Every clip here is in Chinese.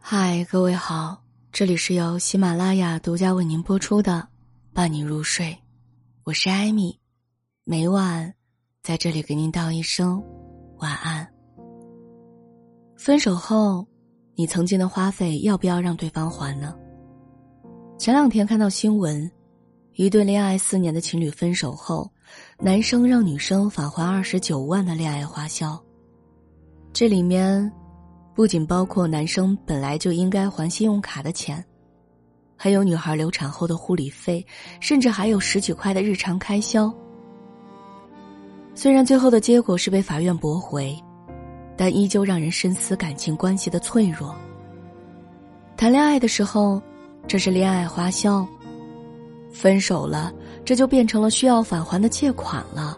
嗨，各位好，这里是由喜马拉雅独家为您播出的伴你入睡，我是艾米，每晚在这里给您道一声晚安。分手后，你曾经的花费要不要让对方还呢？前两天看到新闻，一对恋爱4年的情侣分手后，男生让女生返还29万的恋爱花销。这里面不仅包括男生本来就应该还信用卡的钱，还有女孩流产后的护理费，甚至还有10几块的日常开销。虽然最后的结果是被法院驳回，但依旧让人深思感情关系的脆弱。谈恋爱的时候，这是恋爱花销；分手了，这就变成了需要返还的借款了。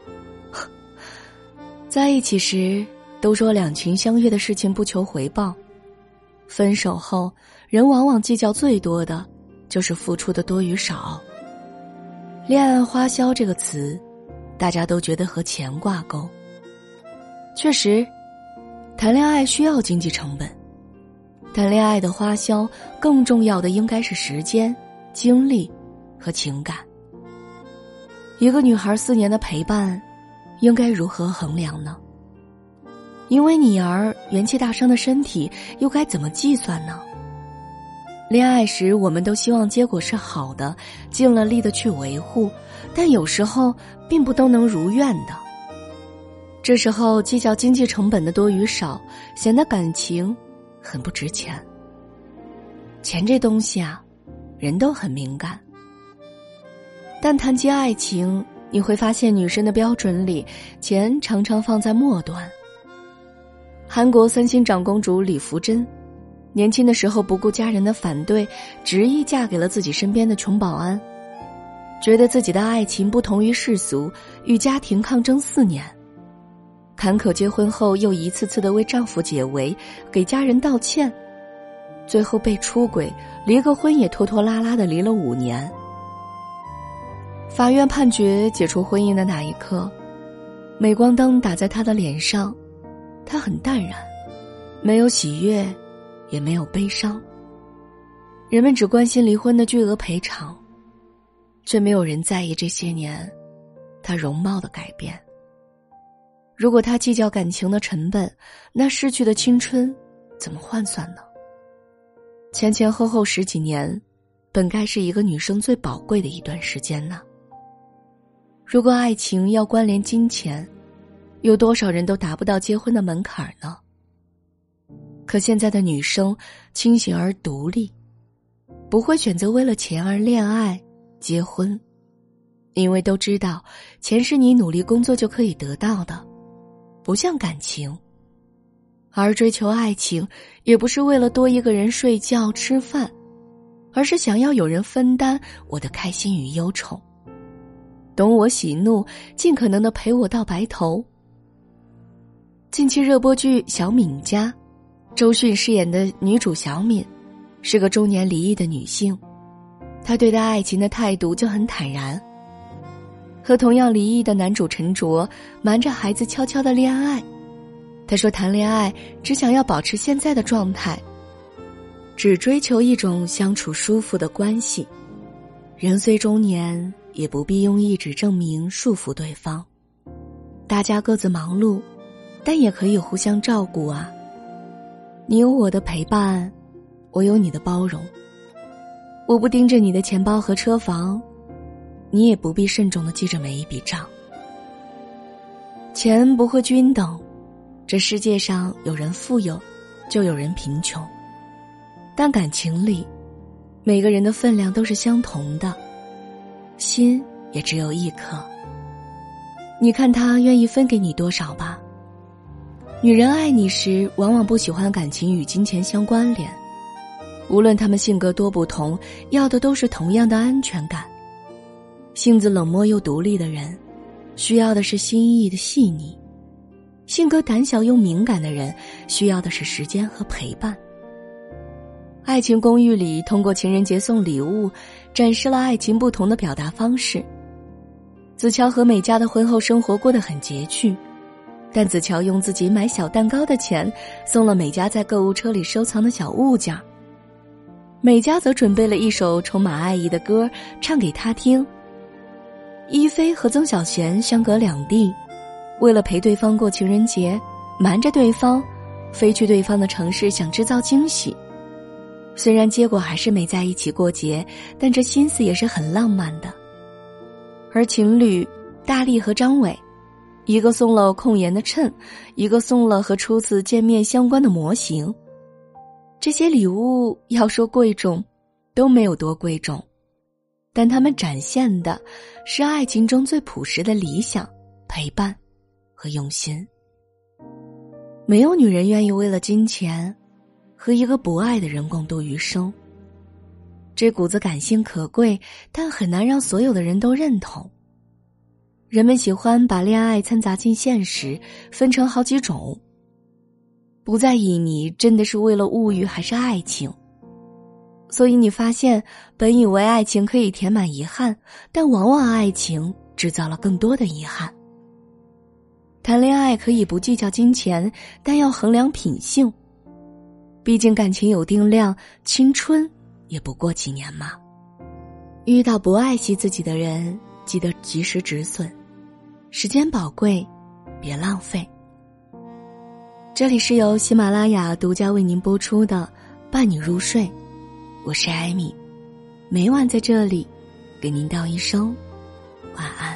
在一起时都说两情相悦的事情不求回报，分手后人往往计较最多的就是付出的多与少。恋爱花销这个词，大家都觉得和钱挂钩。确实，谈恋爱需要经济成本，但恋爱的花销更重要的应该是时间、精力和情感。一个女孩4年的陪伴，应该如何衡量呢？因为你而元气大伤的身体又该怎么计算呢？恋爱时我们都希望结果是好的，尽了力的去维护，但有时候并不都能如愿的。这时候计较经济成本的多与少，显得感情很不值钱。钱这东西啊，人都很敏感，但谈及爱情，你会发现女生的标准里，钱常常放在末端。韩国3星长公主李福珍，年轻的时候不顾家人的反对，执意嫁给了自己身边的穷保安，觉得自己的爱情不同于世俗，与家庭抗争4年。坎坷结婚后又一次次的为丈夫解围，给家人道歉，最后被出轨，离个婚也拖拖拉拉的离了5年。法院判决解除婚姻的那一刻，镁光灯打在她的脸上，她很淡然，没有喜悦，也没有悲伤。人们只关心离婚的巨额赔偿，却没有人在意这些年她容貌的改变。如果她计较感情的成本，那逝去的青春怎么换算呢？前前后后10几年，本该是一个女生最宝贵的一段时间呢。如果爱情要关联金钱，有多少人都达不到结婚的门槛呢？可现在的女生清醒而独立，不会选择为了钱而恋爱、结婚，因为都知道钱是你努力工作就可以得到的，不像感情。而追求爱情，也不是为了多一个人睡觉、吃饭，而是想要有人分担我的开心与忧愁，懂我喜怒，尽可能地陪我到白头。近期热播剧《小敏家》，周迅饰演的女主小敏是个中年离异的女性，她对待爱情的态度就很坦然。和同样离异的男主陈卓瞒着孩子悄悄的恋爱，他说谈恋爱只想要保持现在的状态，只追求一种相处舒服的关系。人虽中年，也不必用意志证明束缚对方。大家各自忙碌，但也可以互相照顾啊。你有我的陪伴，我有你的包容。我不盯着你的钱包和车房，你也不必慎重地记着每一笔账。钱不会均等，这世界上有人富有，就有人贫穷。但感情里，每个人的分量都是相同的，心也只有一颗。你看他愿意分给你多少吧。女人爱你时，往往不喜欢感情与金钱相关联。无论他们性格多不同，要的都是同样的安全感。性子冷漠又独立的人，需要的是心意的细腻；性格胆小又敏感的人，需要的是时间和陪伴。爱情公寓里通过情人节送礼物，展示了爱情不同的表达方式。子乔和美嘉的婚后生活过得很拮据，但子乔用自己买小蛋糕的钱，送了美嘉在购物车里收藏的小物件， 美嘉则准备了一首充满爱意的歌唱给他听。一菲和曾小贤相隔两地，为了陪对方过情人节，瞒着对方飞去对方的城市，想制造惊喜。虽然结果还是没在一起过节，但这心思也是很浪漫的。而情侣大力和张伟，一个送了控盐的秤，一个送了和初次见面相关的模型。这些礼物要说贵重，都没有多贵重，但他们展现的是爱情中最朴实的理想、陪伴和用心。没有女人愿意为了金钱和一个不爱的人共度余生。这股子感性可贵，但很难让所有的人都认同。人们喜欢把恋爱掺杂进现实，分成好几种，不在意你真的是为了物欲还是爱情。所以你发现，本以为爱情可以填满遗憾，但往往爱情制造了更多的遗憾。谈恋爱可以不计较金钱，但要衡量品性。毕竟感情有定量，青春也不过几年嘛。遇到不爱惜自己的人，记得及时止损。时间宝贵，别浪费。这里是由喜马拉雅独家为您播出的伴你入睡，我是艾米，每晚在这里给您道一声晚安。